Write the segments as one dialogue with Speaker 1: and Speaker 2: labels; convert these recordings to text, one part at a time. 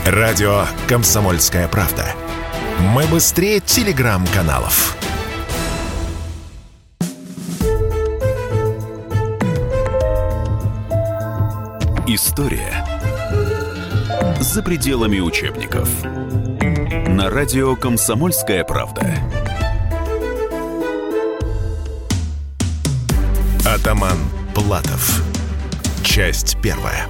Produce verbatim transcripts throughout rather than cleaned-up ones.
Speaker 1: Радио «Комсомольская правда». Мы быстрее телеграм-каналов.
Speaker 2: История за пределами учебников. На радио «Комсомольская правда».
Speaker 1: Атаман Платов. Часть первая.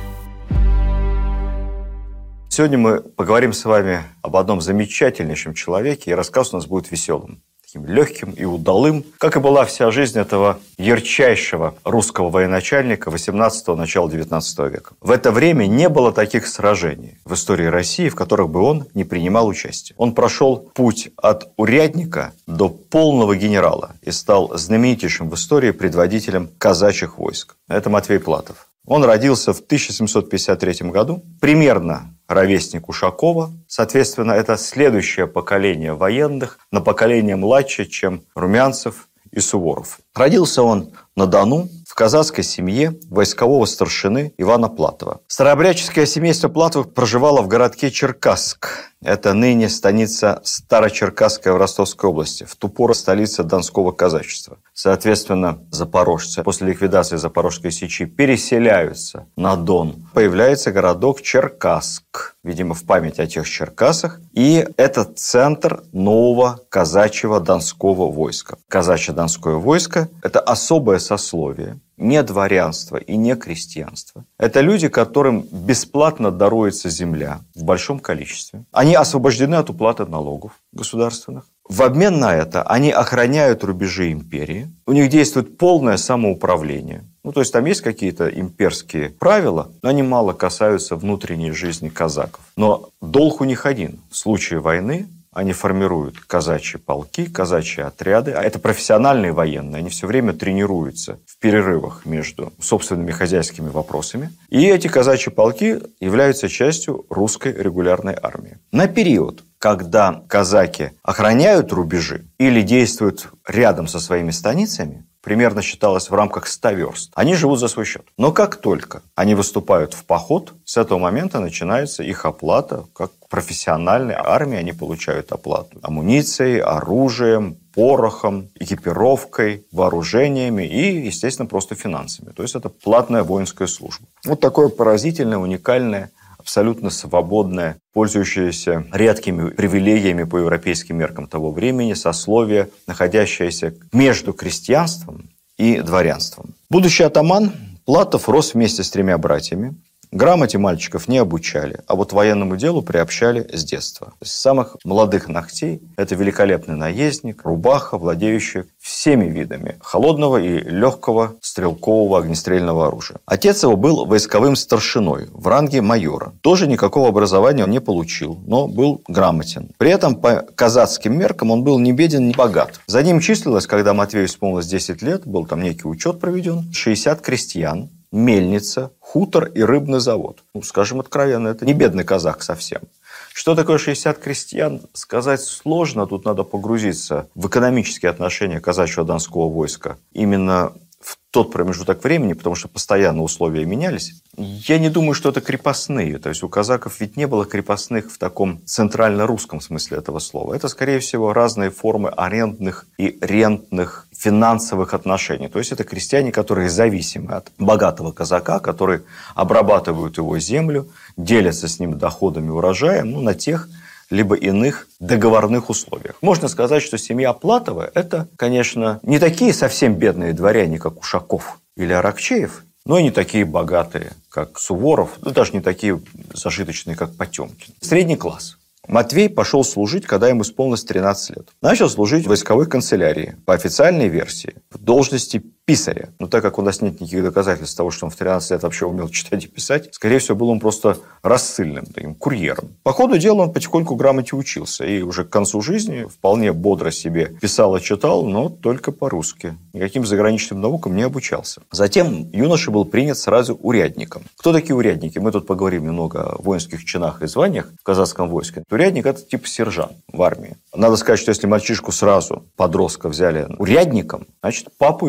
Speaker 3: Сегодня мы поговорим с вами об одном замечательнейшем человеке, и рассказ у нас будет веселым, таким легким и удалым, как и была вся жизнь этого ярчайшего русского военачальника восемнадцатого, начала девятнадцатого века. В это время не было таких сражений в истории России, в которых бы он не принимал участие. Он прошел путь от урядника до полного генерала и стал знаменитейшим в истории предводителем казачьих войск. Это Матвей Платов. Он родился в тысяча семьсот пятьдесят третьем году, примерно ровесник Ушакова. Соответственно, это следующее поколение военных, на поколение младше, чем Румянцев и Суворов. Родился он на Дону, в казацкой семье войскового старшины Ивана Платова. Старообрядческое семейство Платовых проживало в городке Черкасск. Это ныне станица Старочеркасская в Ростовской области, в ту пору столица Донского казачества. Соответственно, запорожцы после ликвидации Запорожской сечи переселяются на Дон. Появляется городок Черкасск, видимо, в память о тех Черкасах. И это центр нового казачьего донского войска. Казачье донское войско – это особое сословие, не дворянство и не крестьянство. Это люди, которым бесплатно даруется земля в большом количестве. Они освобождены от уплаты налогов государственных. В обмен на это они охраняют рубежи империи. У них действует полное самоуправление. Ну, то есть там есть какие-то имперские правила, но они мало касаются внутренней жизни казаков. Но долг у них один. В случае войны они формируют казачьи полки, казачьи отряды. А это профессиональные военные. Они все время тренируются в перерывах между собственными хозяйскими вопросами. И эти казачьи полки являются частью русской регулярной армии. На период, когда казаки охраняют рубежи или действуют рядом со своими станицами, примерно считалось в рамках ста верст. Они живут за свой счет. Но как только они выступают в поход, с этого момента начинается их оплата. Как профессиональная армия они получают оплату амуницией, оружием, порохом, экипировкой, вооружениями и, естественно, просто финансами. То есть это платная воинская служба. Вот такое поразительное, уникальное, абсолютно свободное, пользующееся редкими привилегиями по европейским меркам того времени, сословие, находящееся между крестьянством и дворянством. Будущий атаман Платов рос вместе с тремя братьями. Грамоте мальчиков не обучали, а вот военному делу приобщали с детства. С самых молодых ногтей это великолепный наездник, рубаха, владеющий всеми видами холодного и легкого стрелкового огнестрельного оружия. Отец его был войсковым старшиной в ранге майора. Тоже никакого образования он не получил, но был грамотен. При этом по казацким меркам он был не беден, не богат. За ним числилось, когда Матвею исполнилось десять лет, был там некий учет проведен, шестьдесят крестьян, мельница, хутор и рыбный завод. Ну, скажем откровенно, это не бедный казак совсем. Что такое шестьдесят крестьян, сказать сложно. Тут надо погрузиться в экономические отношения казачьего донского войска именно в тот промежуток времени, потому что постоянно условия менялись. Я не думаю, что это крепостные. То есть у казаков ведь не было крепостных в таком центрально-русском смысле этого слова. Это, скорее всего, разные формы арендных и рентных финансовых отношений. То есть это крестьяне, которые зависимы от богатого казака, которые обрабатывают его землю, делятся с ним доходами, урожаем, ну, на тех либо иных договорных условиях. Можно сказать, что семья Платова – это, конечно, не такие совсем бедные дворяне, как Ушаков или Аракчеев, но и не такие богатые, как Суворов, да даже не такие зажиточные, как Потемкин. Средний класс. Матвей пошел служить, когда ему исполнилось тринадцать лет. Начал служить в войсковой канцелярии, по официальной версии, в должности писаря. Но так как у нас нет никаких доказательств того, что он в тринадцать лет вообще умел читать и писать, скорее всего, был он просто рассыльным, таким курьером. По ходу дела он потихоньку грамоте учился. И уже к концу жизни вполне бодро себе писал и читал, но только по-русски. Никаким заграничным наукам не обучался. Затем юноша был принят сразу урядником. Кто такие урядники? Мы тут поговорим немного о воинских чинах и званиях в казацком войске. Урядник – это типа сержант в армии. Надо сказать, что если мальчишку сразу, подростка, взяли урядником, значит, папу его уважали.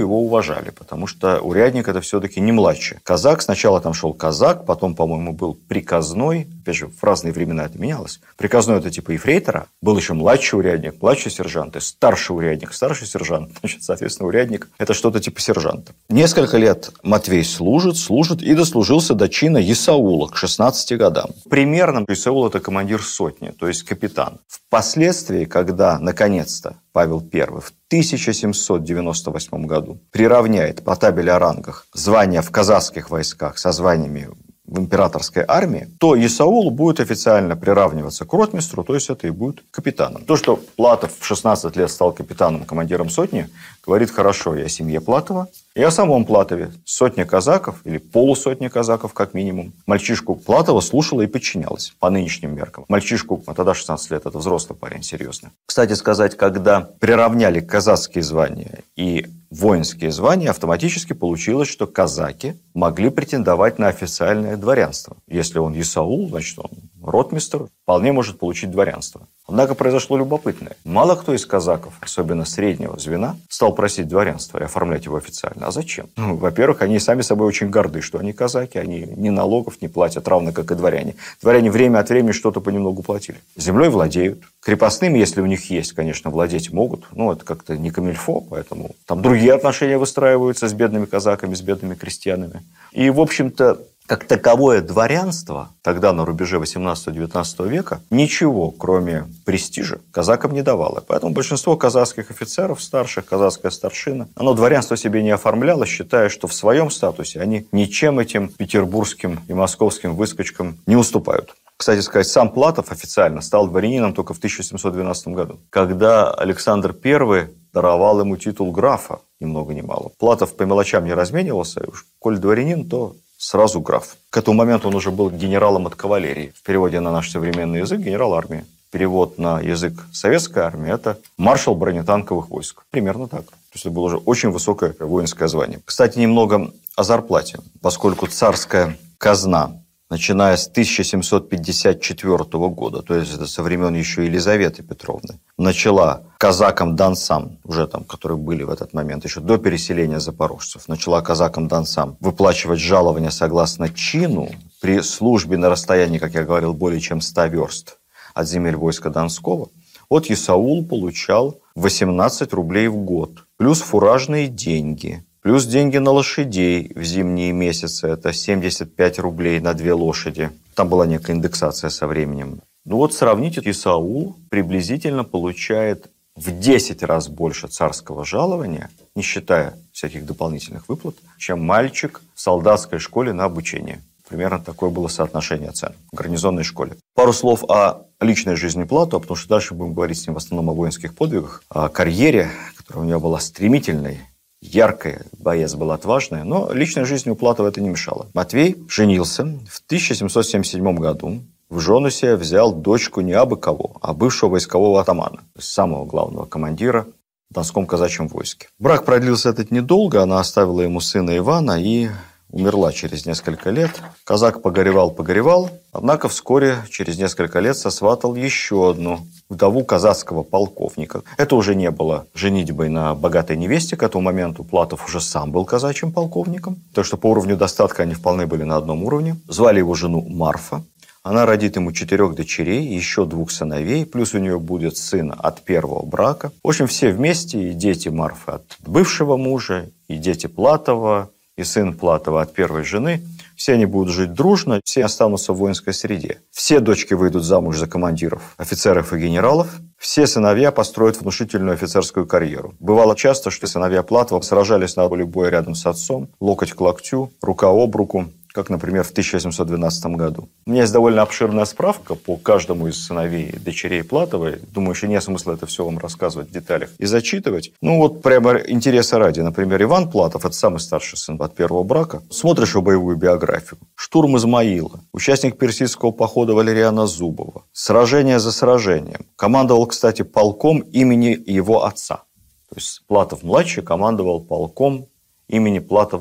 Speaker 3: уважали, потому что урядник – это все-таки не младший. Казак, сначала там шел казак, потом, по-моему, был приказной. Опять же, в разные времена это менялось. Приказной – это типа ефрейтора. Был еще младший урядник, младший сержант, и старший урядник, старший сержант. Значит, соответственно, урядник – это что-то типа сержанта. Несколько лет Матвей служит, служит и дослужился до чина есаула к шестнадцати годам. Примерно есаул – это командир сотни, то есть капитан. Впоследствии, когда, наконец-то, Павел Первый в тысяча семьсот девяносто восьмом году приравняет по табели о рангах звания в казацких войсках со званиями в императорской армии, то есаул будет официально приравниваться к ротмистру, то есть это и будет капитаном. То, что Платов в шестнадцать лет стал капитаном, командиром сотни, говорит хорошо и о семье Платова, и о самом Платове. Сотня казаков, или полусотня казаков, как минимум, мальчишку Платова слушала и подчинялась по нынешним меркам. Мальчишку, а тогда шестнадцать лет, это взрослый парень, серьезно. Кстати сказать, когда приравняли казацкие звания и воинские звания, автоматически получилось, что казаки могли претендовать на официальное дворянство. Если он есаул, значит, он ротмистр, вполне может получить дворянство. Однако произошло любопытное. Мало кто из казаков, особенно среднего звена, стал просить дворянства и оформлять его официально. А зачем? Ну, во-первых, они сами собой очень горды, что они казаки, они ни налогов не платят, равно как и дворяне. Дворяне время от времени что-то понемногу платили. Землей владеют. Крепостными, если у них есть, конечно, владеть могут. Но это как-то не камильфо, поэтому там другие отношения выстраиваются с бедными казаками, с бедными крестьянами. И, в общем-то, как таковое дворянство, тогда на рубеже восемнадцатого-девятнадцатого века, ничего, кроме престижа, казакам не давало. Поэтому большинство казацких офицеров, старших, казацкая старшина, оно дворянство себе не оформляло, считая, что в своем статусе они ничем этим петербургским и московским выскочкам не уступают. Кстати сказать, сам Платов официально стал дворянином только в тысяча семьсот двенадцатом году, когда Александр Первый даровал ему титул графа, ни много ни мало. Платов по мелочам не разменивался, уж коль дворянин, то сразу граф. К этому моменту он уже был генералом от кавалерии. В переводе на наш современный язык – генерал армии. Перевод на язык советской армии – это маршал бронетанковых войск. Примерно так. То есть это было уже очень высокое воинское звание. Кстати, немного о зарплате. Поскольку царская казна, начиная с тысяча семьсот пятьдесят четвёртого года, то есть это со времен еще Елизаветы Петровны, начала казакам-донцам, уже там, которые были в этот момент, еще до переселения запорожцев, начала казакам-донцам выплачивать жалования согласно чину при службе на расстоянии, как я говорил, более чем ста верст от земель войска Донского. Вот есаул получал восемнадцать рублей в год, плюс фуражные деньги, плюс деньги на лошадей в зимние месяцы, это семьдесят пять рублей на две лошади. Там была некая индексация со временем. Ну вот сравните, есаул приблизительно получает в десять раз больше царского жалования, не считая всяких дополнительных выплат, чем мальчик в солдатской школе на обучение. Примерно такое было соотношение цен в гарнизонной школе. Пару слов о личной жизни Платова, потому что дальше будем говорить с ним в основном о воинских подвигах, о карьере, которая у него была стремительной, яркая, боец был отважный, но личной жизни у Платова это не мешало. Матвей женился в тысяча семьсот семьдесят седьмом году. В жену себе взял дочку не абы кого, а бывшего войскового атамана, самого главного командира в Донском казачьем войске. Брак продлился этот недолго, она оставила ему сына Ивана и умерла через несколько лет. Казак погоревал-погоревал, однако вскоре, через несколько лет, сосватал еще одну вдову казацкого полковника. Это уже не было женитьбой на богатой невесте. К этому моменту Платов уже сам был казачьим полковником. Так что по уровню достатка они вполне были на одном уровне. Звали его жену Марфа. Она родит ему четырех дочерей, еще двух сыновей, плюс у нее будет сын от первого брака. В общем, все вместе, и дети Марфы от бывшего мужа, и дети Платова, и сын Платова от первой жены. Все они будут жить дружно, все останутся в воинской среде. Все дочки выйдут замуж за командиров, офицеров и генералов. Все сыновья построят внушительную офицерскую карьеру. Бывало часто, что сыновья Платова сражались на поле боя рядом с отцом, локоть к локтю, рука об руку, как, например, в тысяча семьсот двенадцатом году. У меня есть довольно обширная справка по каждому из сыновей и дочерей Платовой. Думаю, еще нет смысла это все вам рассказывать в деталях и зачитывать. Ну вот прямо интереса ради. Например, Иван Платов, это самый старший сын от первого брака. Смотришь его боевую биографию. Штурм Измаила, участник персидского похода Валериана Зубова, сражение за сражением. Командовал, кстати, полком имени его отца. То есть Платов-младший командовал полком имени Платова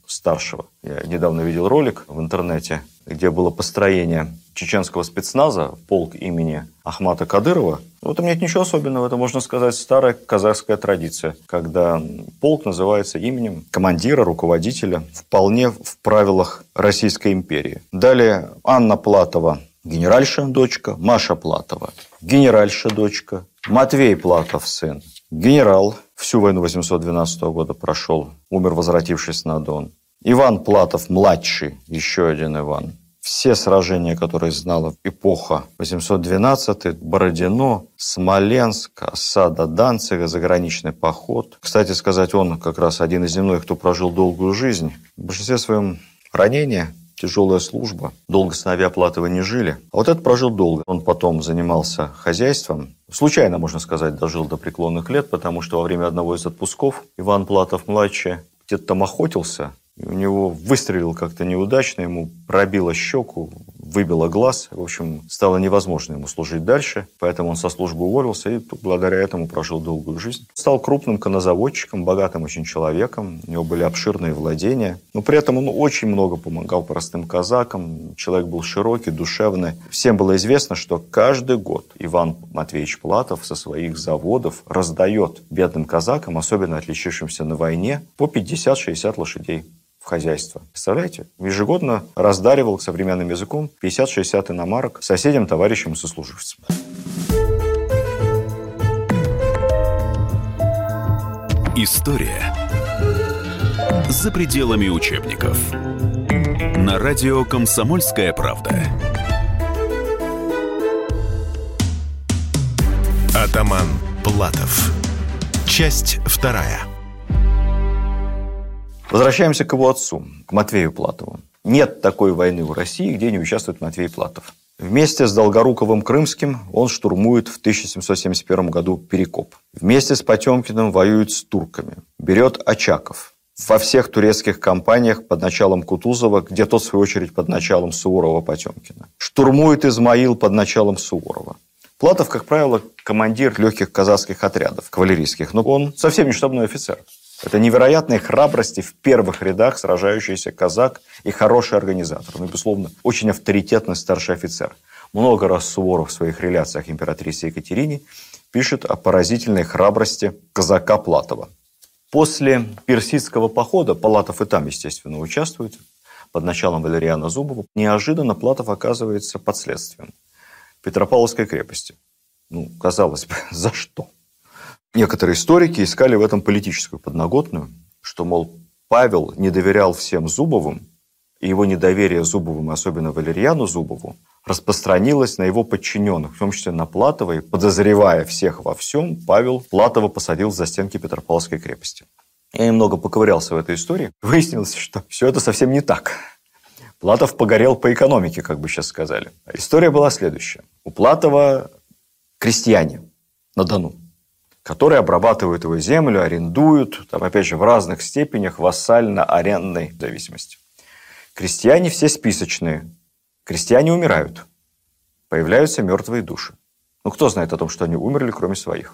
Speaker 3: старшего. Я недавно видел ролик в интернете, где было построение чеченского спецназа, полк имени Ахмата Кадырова. В этом нет ничего особенного, это, можно сказать, старая казахская традиция, когда полк называется именем командира, руководителя, вполне в правилах Российской империи. Далее Анна Платова, генеральша дочка, Маша Платова, генеральша дочка, Матвей Платов сын, генерал, всю войну восемьсот двенадцатого года прошел, умер, возвратившись на Дон. Иван Платов младший, еще один Иван. Все сражения, которые знала эпоха восемьсот двенадцатый, Бородино, Смоленск, осада Данцига, заграничный поход. Кстати сказать, он как раз один из немногих, кто прожил долгую жизнь. В большинстве своем ранения, тяжелая служба. Долго сыновья Платова не жили. А вот этот прожил долго. Он потом занимался хозяйством. Случайно, можно сказать, дожил до преклонных лет, потому что во время одного из отпусков Иван Платов-младший где-то там охотился. И у него выстрелил как-то неудачно, ему пробило щеку, выбило глаз. В общем, стало невозможно ему служить дальше. Поэтому он со службы уволился и благодаря этому прожил долгую жизнь. Стал крупным коннозаводчиком, богатым очень человеком. У него были обширные владения. Но при этом он очень много помогал простым казакам. Человек был широкий, душевный. Всем было известно, что каждый год Иван Матвеевич Платов со своих заводов раздает бедным казакам, особенно отличившимся на войне, по пятьдесят-шестьдесят лошадей в хозяйство. Представляете? Ежегодно раздаривал современным языком пятьдесят-шестьдесят иномарок соседям, товарищам и сослуживцам.
Speaker 2: История за пределами учебников. На радио «Комсомольская правда».
Speaker 1: Атаман Платов. Часть вторая.
Speaker 3: Возвращаемся к его отцу, к Матвею Платову. Нет такой войны в России, где не участвует Матвей Платов. Вместе с Долгоруковым Крымским он штурмует в тысяча семьсот семьдесят первом году Перекоп. Вместе с Потемкиным воюет с турками. Берет Очаков. Во всех турецких кампаниях под началом Кутузова, где тот, в свою очередь, под началом Суворова-Потемкина. Штурмует Измаил под началом Суворова. Платов, как правило, командир легких казацких отрядов, кавалерийских, но он совсем не штабной офицер. Это невероятной храбрости в первых рядах сражающийся казак и хороший организатор. Ну, безусловно, очень авторитетный старший офицер. Много раз Суворов в своих реляциях императрице Екатерине пишет о поразительной храбрости казака Платова. После персидского похода, Платов и там, естественно, участвует, под началом Валериана Зубова, неожиданно Платов оказывается под следствием Петропавловской крепости. Ну, казалось бы, за что? Некоторые историки искали в этом политическую подноготную, что, мол, Павел не доверял всем Зубовым, и его недоверие Зубовым, особенно Валериану Зубову, распространилось на его подчиненных, в том числе на Платова, и, подозревая всех во всем, Павел Платова посадил в застенки Петропавловской крепости. Я немного поковырялся в этой истории. Выяснилось, что все это совсем не так. Платов погорел по экономике, как бы сейчас сказали. История была следующая. У Платова крестьяне на Дону, которые обрабатывают его землю, арендуют, там, опять же, в разных степенях вассально-арендной зависимости. Крестьяне все списочные. Крестьяне умирают. Появляются мертвые души. Ну, кто знает о том, что они умерли, кроме своих?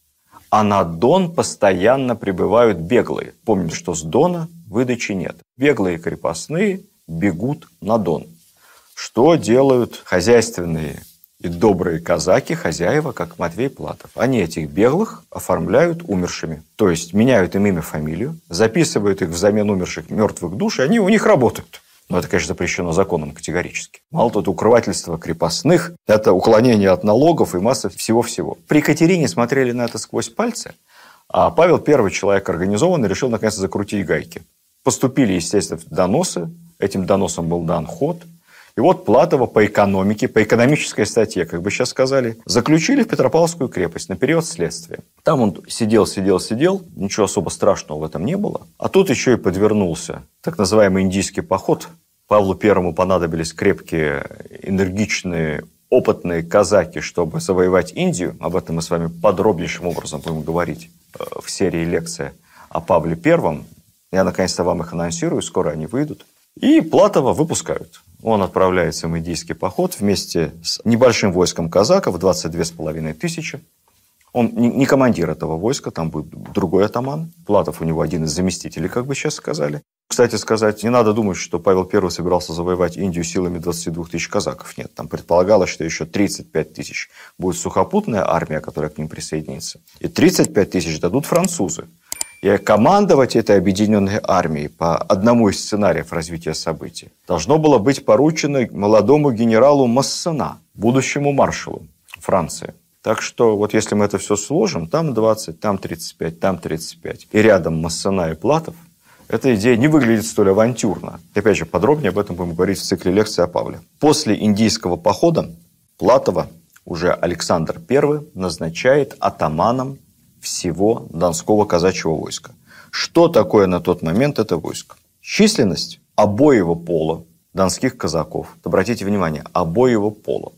Speaker 3: А на Дон постоянно прибывают беглые. Помните, что с Дона выдачи нет. Беглые крепостные бегут на Дон. Что делают хозяйственные и добрые казаки, хозяева, как Матвей Платов? Они этих беглых оформляют умершими. То есть меняют им имя, фамилию, записывают их взамен умерших мертвых душ, и они у них работают. Но это, конечно, запрещено законом категорически. Мало того, это укрывательство крепостных, это уклонение от налогов и масса всего-всего. При Екатерине смотрели на это сквозь пальцы, а Павел, первый человек организованный, решил наконец закрутить гайки. Поступили, естественно, доносы, этим доносом был дан ход. И вот Платова по экономике, по экономической статье, как бы сейчас сказали, заключили в Петропавловскую крепость на период следствия. Там он сидел, сидел, сидел, ничего особо страшного в этом не было. А тут еще и подвернулся так называемый индийский поход. Павлу Первому понадобились крепкие, энергичные, опытные казаки, чтобы завоевать Индию. Об этом мы с вами подробнейшим образом будем говорить в серии лекций о Павле Первом. Я наконец-то вам их анонсирую, скоро они выйдут. И Платова выпускают. Он отправляется в индийский поход вместе с небольшим войском казаков, двадцать две с половиной тысячи. Он не командир этого войска, там будет другой атаман. Платов у него один из заместителей, как бы сейчас сказали. Кстати сказать, не надо думать, что Павел Первый собирался завоевать Индию силами двадцати двух тысяч казаков. Нет, там предполагалось, что еще тридцать пять тысяч будет сухопутная армия, которая к ним присоединится. И тридцать пять тысяч дадут французы. И командовать этой объединенной армией по одному из сценариев развития событий должно было быть поручено молодому генералу Массена, будущему маршалу Франции. Так что вот если мы это все сложим, там двадцать, там тридцать пять, там тридцать пять, и рядом Массена и Платов, эта идея не выглядит столь авантюрно. И опять же, подробнее об этом будем говорить в цикле лекций о Павле. После индийского похода Платова уже Александр Первый назначает атаманом всего Донского казачьего войска. Что такое на тот момент это войско? Численность обоего пола донских казаков. Обратите внимание, обоего пола.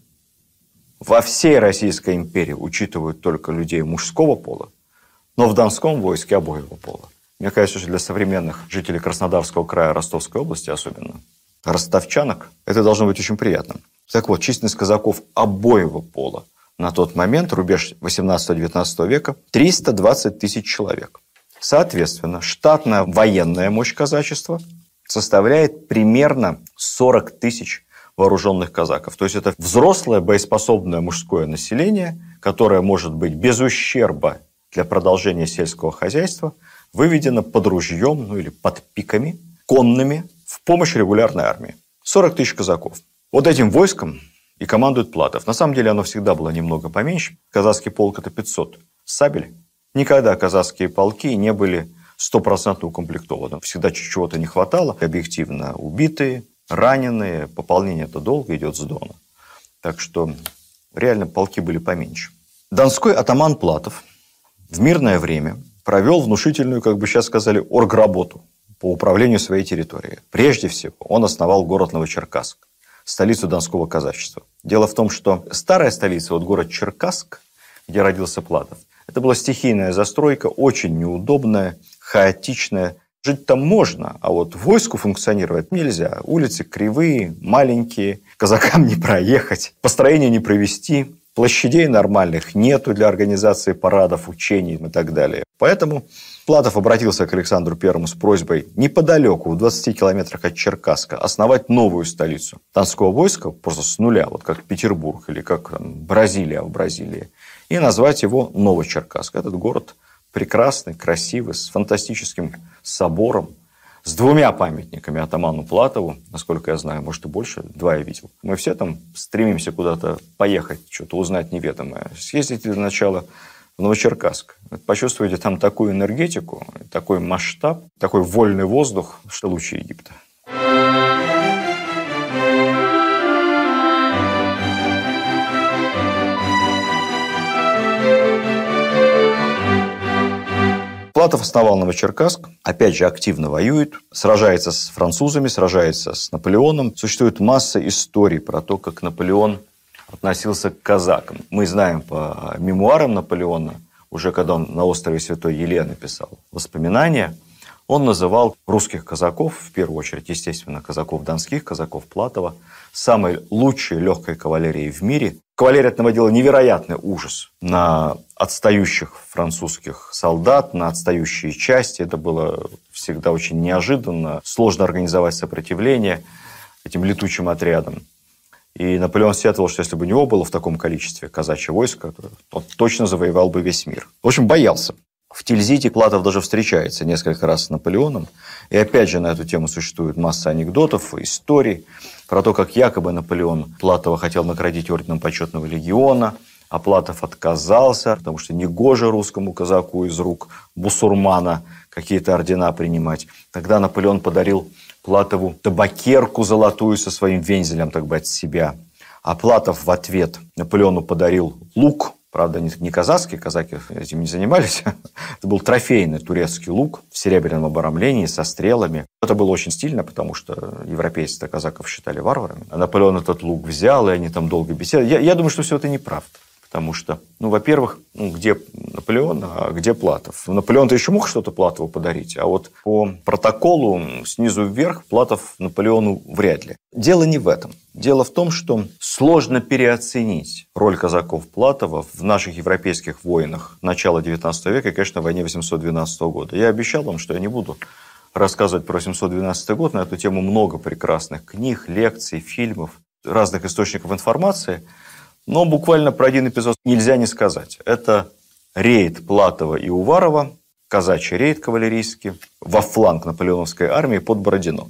Speaker 3: Во всей Российской империи учитывают только людей мужского пола, но в Донском войске обоего пола. Мне кажется, что для современных жителей Краснодарского края, Ростовской области особенно, ростовчанок, это должно быть очень приятно. Так вот, численность казаков обоего пола на тот момент, рубеж восемнадцатого-девятнадцатого века, триста двадцать тысяч человек. Соответственно, штатная военная мощь казачества составляет примерно сорок тысяч вооруженных казаков. То есть это взрослое боеспособное мужское население, которое может быть без ущерба для продолжения сельского хозяйства выведено под ружьем, ну или под пиками, конными, в помощь регулярной армии. сорок тысяч казаков. Вот этим войском и командует Платов. На самом деле оно всегда было немного поменьше. Казацкий полк – это пятьсот сабель. Никогда казацкие полки не были стопроцентно укомплектованы. Всегда чего-то не хватало. Объективно убитые, раненые. Пополнение это долго идет с Дона. Так что реально полки были поменьше. Донской атаман Платов в мирное время провел внушительную, как бы сейчас сказали, оргработу по управлению своей территорией. Прежде всего, он основал город Новочеркасск, столицу Донского казачества. Дело в том, что старая столица, вот город Черкасск, где родился Платов, это была стихийная застройка, очень неудобная, хаотичная. Жить там можно, а вот войску функционировать нельзя. Улицы кривые, маленькие, казакам не проехать, построение не провести, площадей нормальных нету для организации парадов, учений и так далее. Поэтому Платов обратился к Александру Первому с просьбой неподалеку, в двадцати километрах от Черкасска, основать новую столицу Донского войска, просто с нуля, вот как Петербург или как там, Бразилия в Бразилии, и назвать его Новочеркасск. Этот город прекрасный, красивый, с фантастическим собором, с двумя памятниками атаману Платову, насколько я знаю, может и больше, два я видел. Мы все там стремимся куда-то поехать, что-то узнать неведомое. Съездите для начала в Новочеркасск. Почувствуете там такую энергетику, такой масштаб, такой вольный воздух, что лучше Египта. Платов основал Новочеркасск, опять же, активно воюет, сражается с французами, сражается с Наполеоном. Существует масса историй про то, как Наполеон относился к казакам. Мы знаем по мемуарам Наполеона, уже когда он на острове Святой Елены писал воспоминания, он называл русских казаков, в первую очередь, естественно, казаков донских, казаков Платова, самой лучшей легкой кавалерией в мире. Кавалерия наводила невероятный ужас на отстающих французских солдат, на отстающие части. Это было всегда очень неожиданно, сложно организовать сопротивление этим летучим отрядам. И Наполеон сетовал, что если бы у него было в таком количестве казачье войско, то он точно завоевал бы весь мир. В общем, боялся. В Тильзите Платов даже встречается несколько раз с Наполеоном. И опять же на эту тему существует масса анекдотов, историй про то, как якобы Наполеон Платова хотел наградить орденом почетного легиона, а Платов отказался, потому что негоже русскому казаку из рук бусурмана какие-то ордена принимать. Тогда Наполеон подарил Платову табакерку золотую со своим вензелем, так бы, от себя. А Платов в ответ Наполеону подарил лук. Правда, не казахский, казаки этим не занимались. Это был трофейный турецкий лук в серебряном обрамлении со стрелами. Это было очень стильно, потому что европейцы-то казаков считали варварами. А Наполеон этот лук взял, и они там долго беседовали. Я, я думаю, что все это неправда. Потому что, ну, во-первых, ну, где Наполеон, а где Платов? Наполеон-то еще мог что-то Платову подарить, а вот по протоколу снизу вверх Платов Наполеону вряд ли. Дело не в этом. Дело в том, что сложно переоценить роль казаков Платова в наших европейских войнах начала девятнадцатого века и, конечно, в войне восемьсот двенадцатого года. Я обещал вам, что я не буду рассказывать про восемьсот двенадцатый год. На эту тему много прекрасных книг, лекций, фильмов, разных источников информации. Но буквально про один эпизод нельзя не сказать. Это рейд Платова и Уварова, казачий рейд кавалерийский, во фланг наполеоновской армии под Бородино.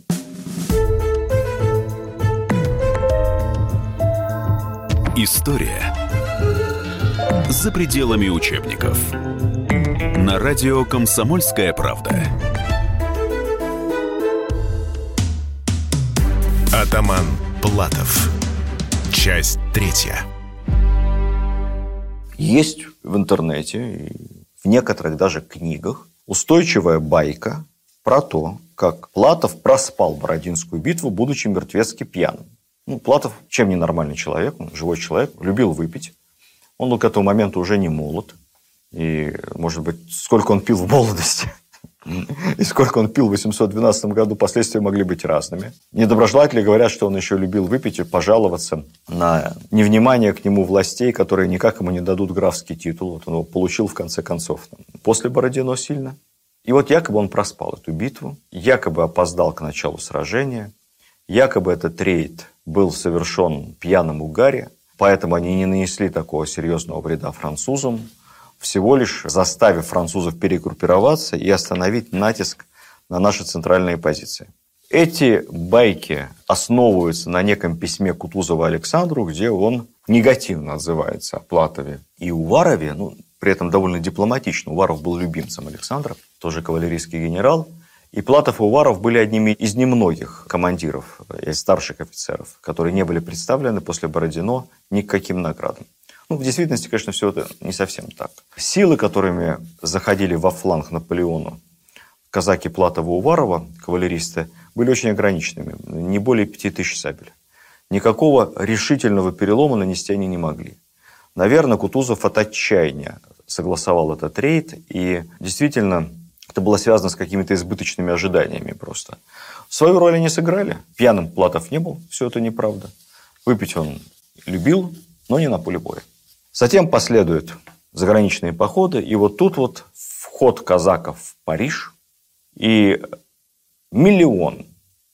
Speaker 2: История за пределами учебников. На радио «Комсомольская правда».
Speaker 1: Атаман Платов. Часть третья.
Speaker 3: Есть в интернете и в некоторых даже книгах устойчивая байка про то, как Платов проспал Бородинскую битву, будучи мертвецки пьяным. Ну, Платов, чем не нормальный человек, он живой человек, любил выпить. Он был к этому моменту уже не молод. И, может быть, сколько он пил в молодости и сколько он пил в восемьсот двенадцатом году, последствия могли быть разными. Недоброжелатели говорят, что он еще любил выпить и пожаловаться на невнимание к нему властей, которые никак ему не дадут графский титул. Вот он его получил в конце концов после Бородино сильно. И вот якобы он проспал эту битву, якобы опоздал к началу сражения, якобы этот рейд был совершен в пьяном угаре, поэтому они не нанесли такого серьезного вреда французам, всего лишь заставив французов перегруппироваться и остановить натиск на наши центральные позиции. Эти байки основываются на неком письме Кутузова Александру, где он негативно отзывается о Платове и Уварове, ну, при этом довольно дипломатично. Уваров был любимцем Александра, тоже кавалерийский генерал. И Платов и Уваров были одними из немногих командиров и старших офицеров, которые не были представлены после Бородино ни к каким наградам. Ну, в действительности, конечно, все это не совсем так. Силы, которыми заходили во фланг Наполеону казаки Платова и Уварова, кавалеристы, были очень ограниченными, не более пяти тысяч сабель. Никакого решительного перелома нанести они не могли. Наверное, Кутузов от отчаяния согласовал этот рейд, и действительно это было связано с какими-то избыточными ожиданиями просто. Свою роль они сыграли. Пьяным Платов не был, все это неправда. Выпить он любил, но не на поле боя. Затем последуют заграничные походы, и вот тут вот вход казаков в Париж, и миллион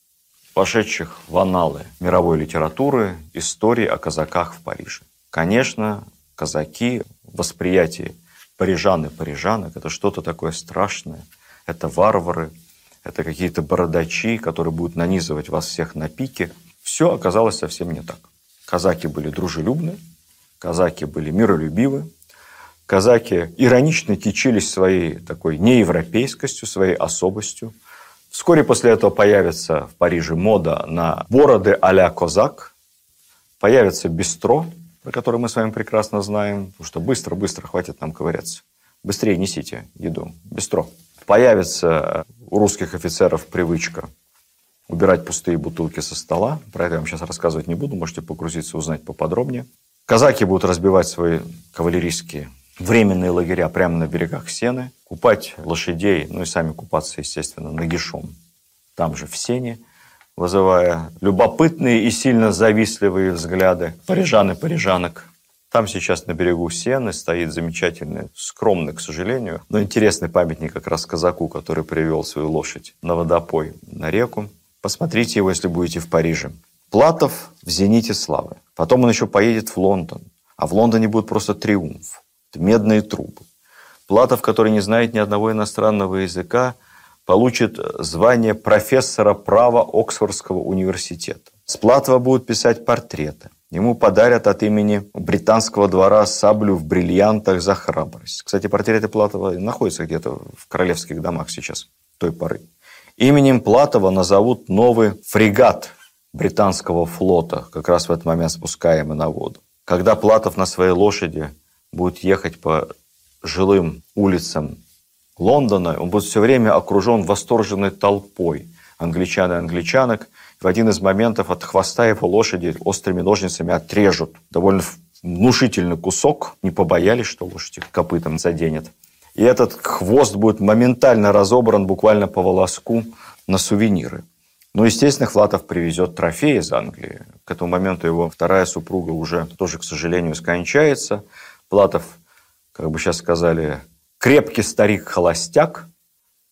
Speaker 3: вошедших в анналы мировой литературы истории о казаках в Париже. Конечно, казаки в восприятии парижан и парижанок – это что-то такое страшное. Это варвары, это какие-то бородачи, которые будут нанизывать вас всех на пике. Все оказалось совсем не так. Казаки были дружелюбны, казаки были миролюбивы, казаки иронично кичились своей такой неевропейскостью, своей особостью. Вскоре после этого появится в Париже мода на бороды а-ля козак, появится бистро, про который мы с вами прекрасно знаем, потому что быстро-быстро хватит нам ковыряться. Быстрее несите еду. Бистро. Появится у русских офицеров привычка убирать пустые бутылки со стола. Про это я вам сейчас рассказывать не буду, можете погрузиться, узнать поподробнее. Казаки будут разбивать свои кавалерийские временные лагеря прямо на берегах Сены, купать лошадей, ну и сами купаться, естественно, нагишом, там же в Сене, вызывая любопытные и сильно завистливые взгляды парижан и парижанок. Там сейчас на берегу Сены стоит замечательный, скромный, к сожалению, но интересный памятник как раз казаку, который привел свою лошадь на водопой, на реку. Посмотрите его, если будете в Париже. Платов в зените славы. Потом он еще поедет в Лондон. А в Лондоне будет просто триумф. Медные трубы. Платов, который не знает ни одного иностранного языка, получит звание профессора права Оксфордского университета. С Платова будут писать портреты. Ему подарят от имени британского двора саблю в бриллиантах за храбрость. Кстати, портреты Платова находятся где-то в королевских домах сейчас, той поры. Именем Платова назовут новый фрегат британского флота, как раз в этот момент спускаемый на воду. Когда Платов на своей лошади будет ехать по жилым улицам Лондона, он будет все время окружен восторженной толпой англичан и англичанок. В один из моментов от хвоста его лошади острыми ножницами отрежут довольно внушительный кусок. Не побоялись, что лошадь их копытом заденет. И этот хвост будет моментально разобран буквально по волоску на сувениры. Ну, естественно, Платов привезет трофеи из Англии. К этому моменту его вторая супруга уже тоже, к сожалению, скончается. Платов, как бы сейчас сказали, крепкий старик-холостяк,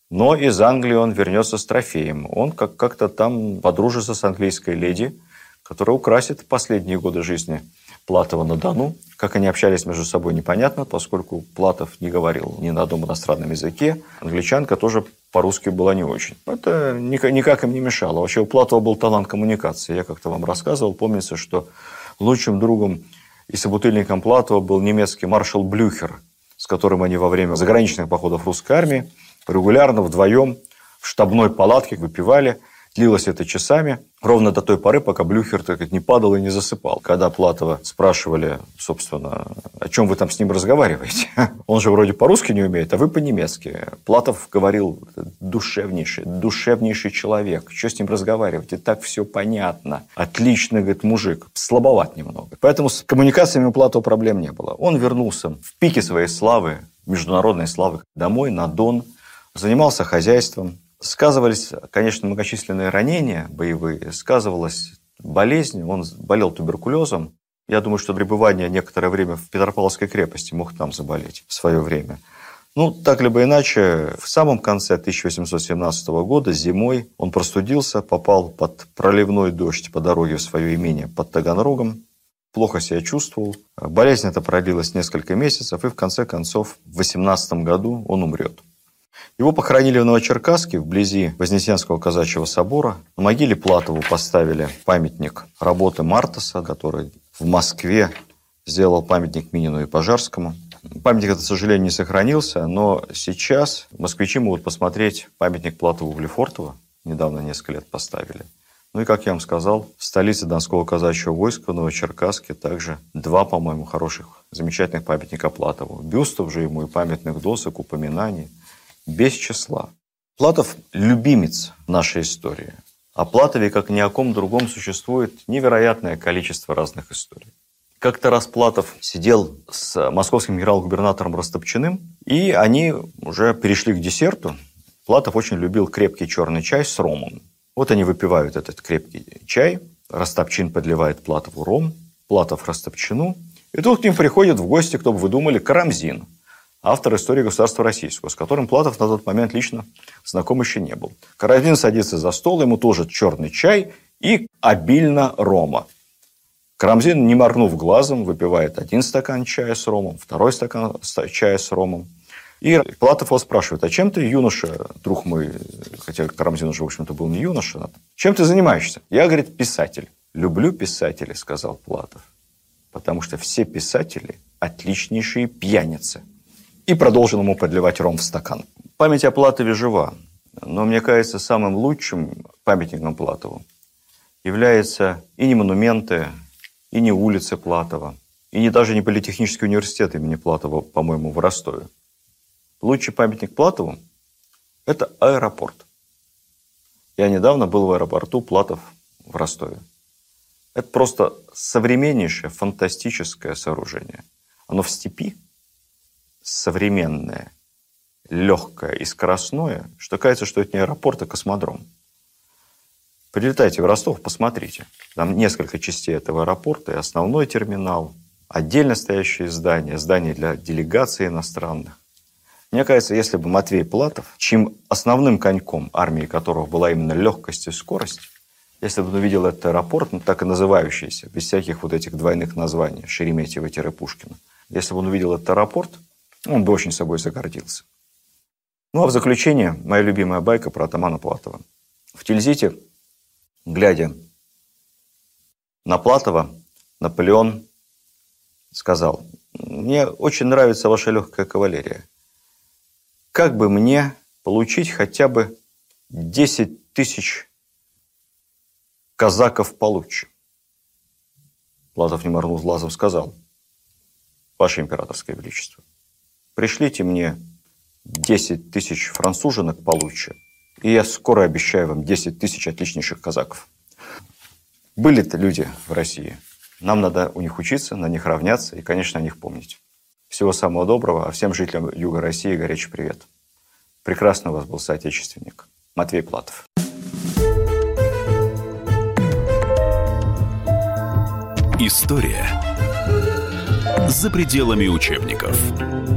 Speaker 3: Но из Англии он вернется с трофеем. Он как- как-то там подружится с английской леди, которая украсит последние годы жизни Платова на Дону. Как они общались между собой, непонятно, поскольку Платов не говорил ни на одном иностранном языке. Англичанка тоже по-русски была не очень. Это никак им не мешало. Вообще у Платова был талант коммуникации. Я как-то вам рассказывал. Помнится, что лучшим другом и собутыльником Платова был немецкий маршал Блюхер, с которым они во время заграничных походов русской армии регулярно вдвоем в штабной палатке выпивали. Длилось это часами, ровно до той поры, пока Блюхер, так сказать, не падал и не засыпал. Когда Платова спрашивали, собственно, о чем вы там с ним разговариваете, он же вроде по-русски не умеет, а вы по-немецки. Платов говорил: душевнейший, душевнейший человек, что с ним разговаривать, и так все понятно. Отличный, говорит, мужик, слабоват немного. Поэтому с коммуникациями у Платова проблем не было. Он вернулся в пике своей славы, международной славы, домой, на Дон, занимался хозяйством. Сказывались, конечно, многочисленные ранения боевые, сказывалась болезнь, он болел туберкулезом. Я думаю, что пребывание некоторое время в Петропавловской крепости мог там заболеть в свое время. Ну, так либо иначе, в самом конце тысяча восемьсот семнадцатого года, зимой, он простудился, попал под проливной дождь по дороге в свое имение под Таганрогом, плохо себя чувствовал. Болезнь эта продлилась несколько месяцев, и в конце концов в восемнадцатом году он умрет. Его похоронили в Новочеркасске, вблизи Вознесенского казачьего собора. На могиле Платову поставили памятник работы Мартаса, который в Москве сделал памятник Минину и Пожарскому. Памятник этот, к сожалению, не сохранился, но сейчас москвичи могут посмотреть памятник Платову в Лефортово. Недавно, несколько лет поставили. Ну и, как я вам сказал, в столице Донского казачьего войска, в Новочеркасске, также два, по-моему, хороших, замечательных памятника Платову. Бюстов же ему и памятных досок, упоминаний без числа. Платов – любимец нашей истории. О Платове, как ни о ком другом, существует невероятное количество разных историй. Как-то раз Платов сидел с московским генерал-губернатором Растопчиным, и они уже перешли к десерту. Платов очень любил крепкий черный чай с ромом. Вот они выпивают этот крепкий чай, Растопчин подливает Платову ром, Платов Растопчину, и тут к ним приходит в гости, кто бы вы думали, Карамзин, автор истории государства российского, с которым Платов на тот момент лично знаком еще не был. Карамзин садится за стол, ему тоже черный чай и обильно рома. Карамзин, не моргнув глазом, выпивает один стакан чая с ромом, второй стакан чая с ромом. И Платов его спрашивает: а чем ты, юноша, друг мой, хотя Карамзин уже, в общем-то, был не юноша, чем ты занимаешься? Я, говорит, писатель. Люблю писателей, сказал Платов, потому что все писатели отличнейшие пьяницы. И продолжил ему подливать ром в стакан. Память о Платове жива, но, мне кажется, самым лучшим памятником Платову являются и не монументы, и не улицы Платова, и не даже не Политехнический университет имени Платова, по-моему, в Ростове. Лучший памятник Платову – это аэропорт. Я недавно был в аэропорту Платов в Ростове. Это просто современнейшее, фантастическое сооружение. Оно в степи, современное, легкое и скоростное, что кажется, что это не аэропорт, а космодром. Прилетайте в Ростов, посмотрите. Там несколько частей этого аэропорта, и основной терминал, отдельно стоящие здания, здания для делегаций иностранных. Мне кажется, если бы Матвей Платов, чьим основным коньком армии которого была именно легкость и скорость, если бы он увидел этот аэропорт, ну, так и называющийся, без всяких вот этих двойных названий, Шереметьево-Пушкина, если бы он увидел этот аэропорт, он бы очень собой загордился. Ну, а в заключение моя любимая байка про атамана Платова. В Тильзите, глядя на Платова, Наполеон сказал: мне очень нравится ваша легкая кавалерия. Как бы мне получить хотя бы десять тысяч казаков получше? Платов, не моргнув глазом, сказал: ваше императорское величество, пришлите мне десять тысяч француженок получше, и я скоро обещаю вам десять тысяч отличнейших казаков. Были-то люди в России. Нам надо у них учиться, на них равняться и, конечно, о них помнить. Всего самого доброго, а всем жителям Юга России горячий привет. Прекрасно у вас был соотечественник. Матвей Платов.
Speaker 2: История за пределами учебников.